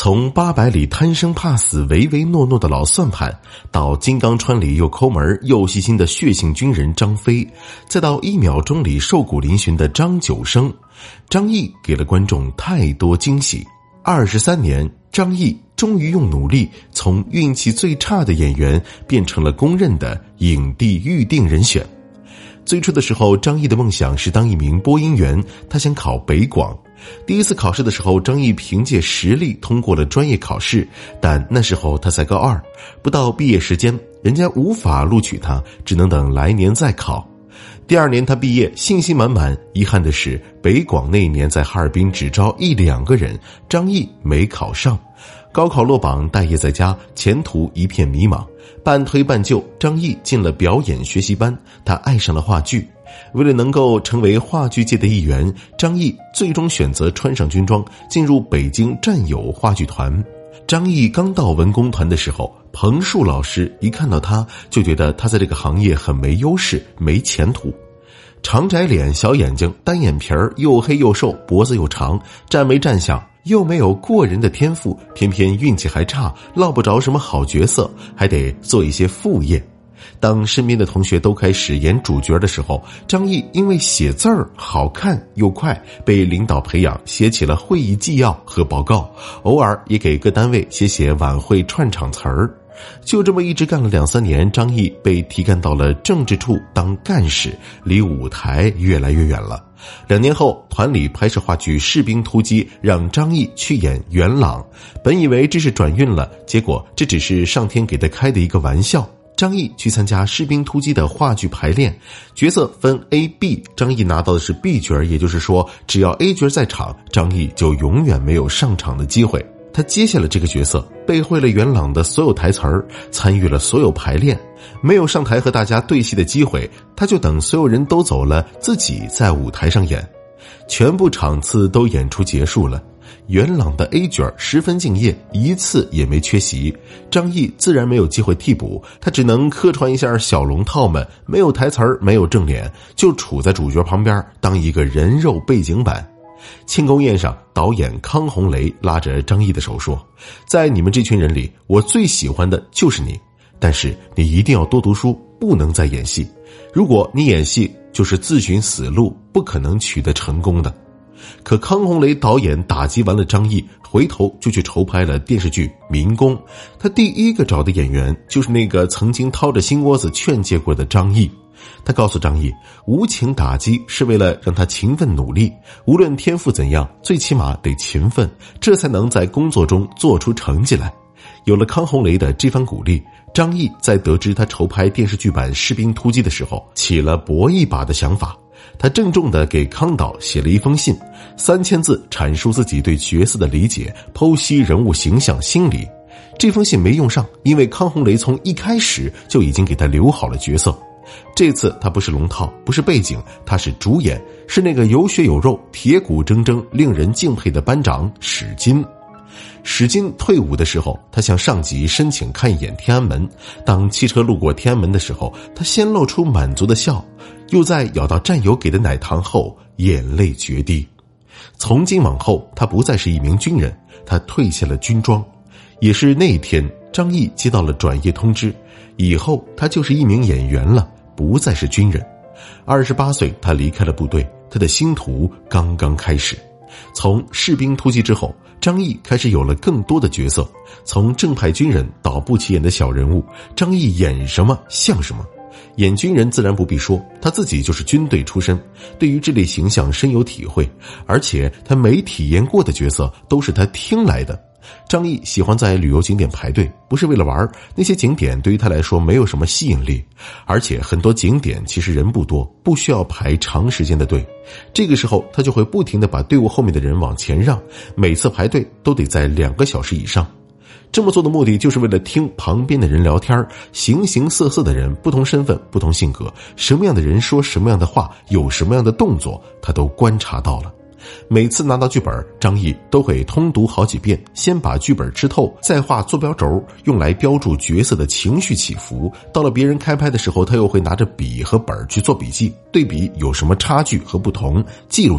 从800里贪生怕死唯唯诺诺的老算盘，到金刚川里又抠门又细心的血性军人张飞，再到1秒钟里瘦骨嶙峋的张九生，张译给了观众太多惊喜。23年，张译终于用努力从运气最差的演员变成了公认的影帝预定人选。最初的时候，张译的梦想是当一名播音员，他想考北广。第一次考试的时候，张译凭借实力通过了专业考试，但那时候他才高2，不到毕业时间，人家无法录取他，只能等来年再考。第2年他毕业，信心满满，遗憾的是北广那一年在哈尔滨只招1-2个人，张译没考上。高考落榜，待业在家，前途一片迷茫。半推半就，张译进了表演学习班，他爱上了话剧。为了能够成为话剧界的一员，张译最终选择穿上军装，进入北京战友话剧团。张译刚到文工团的时候，彭树老师一看到他就觉得他在这个行业很没优势，没前途。长窄脸，小眼睛，单眼皮儿，又黑又瘦，脖子又长，站没站相，又没有过人的天赋，偏偏运气还差，落不着什么好角色，还得做一些副业。当身边的同学都开始演主角的时候，张译因为写字儿好看又快，被领导培养，写起了会议纪要和报告，偶尔也给各单位写晚会串场词儿。就这么一直干了2-3年，张译被提干到了政治处当干事，离舞台越来越远了。2年后，团里拍摄话剧《士兵突击》，让张译去演元朗。本以为这是转运了，结果这只是上天给他开的一个玩笑。张译去参加《士兵突击》的话剧排练，角色分 A、B， 张译拿到的是 B 角，也就是说，只要 A 角在场，张译就永远没有上场的机会。他接下了这个角色，背会了元朗的所有台词儿，参与了所有排练，没有上台和大家对戏的机会，他就等所有人都走了，自己在舞台上演。全部场次都演出结束了，元朗的 A 角十分敬业，一次也没缺席，张译自然没有机会替补，他只能客串一下小龙套们，没有台词儿，没有正脸，就处在主角旁边当一个人肉背景板。庆功宴上，导演康洪雷拉着张译的手说，在你们这群人里，我最喜欢的就是你，但是你一定要多读书，不能再演戏，如果你演戏就是自寻死路，不可能取得成功的。可康洪雷导演打击完了张译，回头就去筹拍了电视剧《民工》，他第一个找的演员就是那个曾经掏着心窝子劝诫过的张译。他告诉张译，无情打击是为了让他勤奋努力，无论天赋怎样，最起码得勤奋，这才能在工作中做出成绩来。有了康洪雷的这番鼓励，张译在得知他筹拍电视剧版《士兵突击》的时候，起了搏一把的想法。他郑重地给康导写了一封信，3000字阐述自己对角色的理解，剖析人物形象心理。这封信没用上，因为康洪雷从一开始就已经给他留好了角色。这次他不是龙套，不是背景，他是主演，是那个有血有肉、铁骨铮铮、令人敬佩的班长史金。史金退伍的时候，他向上级申请看一眼天安门。当汽车路过天安门的时候，他先露出满足的笑，又在咬到战友给的奶糖后，眼泪决堤。从今往后，他不再是一名军人，他退下了军装。也是那一天，张译接到了转业通知，以后他就是一名演员了，不再是军人。28岁，他离开了部队，他的星途刚刚开始。从士兵突击之后，张译开始有了更多的角色，从正派军人到不起眼的小人物，张译演什么像什么。演军人自然不必说，他自己就是军队出身，对于这类形象深有体会，而且他没体验过的角色都是他听来的。张译喜欢在旅游景点排队，不是为了玩，那些景点对于他来说没有什么吸引力，而且很多景点其实人不多，不需要排长时间的队。这个时候他就会不停地把队伍后面的人往前让，每次排队都得在2个小时以上。这么做的目的就是为了听旁边的人聊天，形形色色的人，不同身份，不同性格，什么样的人说什么样的话，有什么样的动作，他都观察到了。每次拿到剧本，张译都会通读好几遍，先把剧本吃透，再画坐标轴，用来标注角色的情绪起伏。到了别人开拍的时候，他又会拿着笔和本去做笔记，对比有什么差距和不同，记录下来。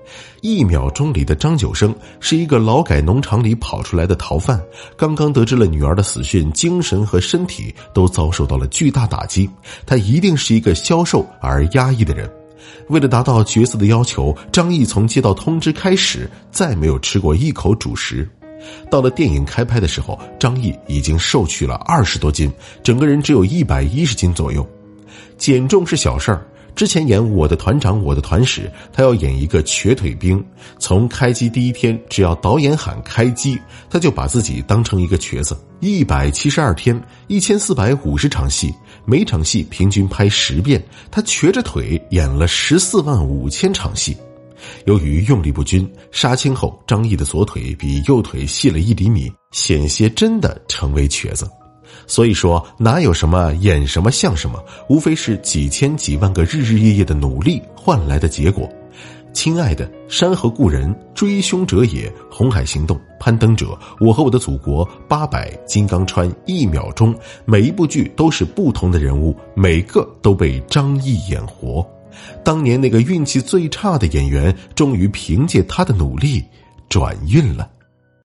1秒钟里的张九生是一个劳改农场里跑出来的逃犯，刚刚得知了女儿的死讯，精神和身体都遭受到了巨大打击。他一定是一个消瘦而压抑的人。为了达到角色的要求，张译从接到通知开始再没有吃过一口主食。到了电影开拍的时候，张译已经瘦去了20多斤，整个人只有110斤左右。减重是小事儿，之前演《我的团长我的团》时，他要演一个瘸腿兵，从开机第一天，只要导演喊开机，他就把自己当成一个瘸子。172天，1450场戏，每场戏平均拍10遍，他瘸着腿演了145000场戏。由于用力不均，杀青后张译的左腿比右腿细了1厘米，险些真的成为瘸子。所以说哪有什么演什么像什么，无非是几千几万个日日夜夜的努力换来的结果。亲爱的，山河故人，追凶者也，红海行动，攀登者，我和我的祖国，800，金刚川，1秒钟，每一部剧都是不同的人物，每个都被张译演活。当年那个运气最差的演员，终于凭借他的努力转运了。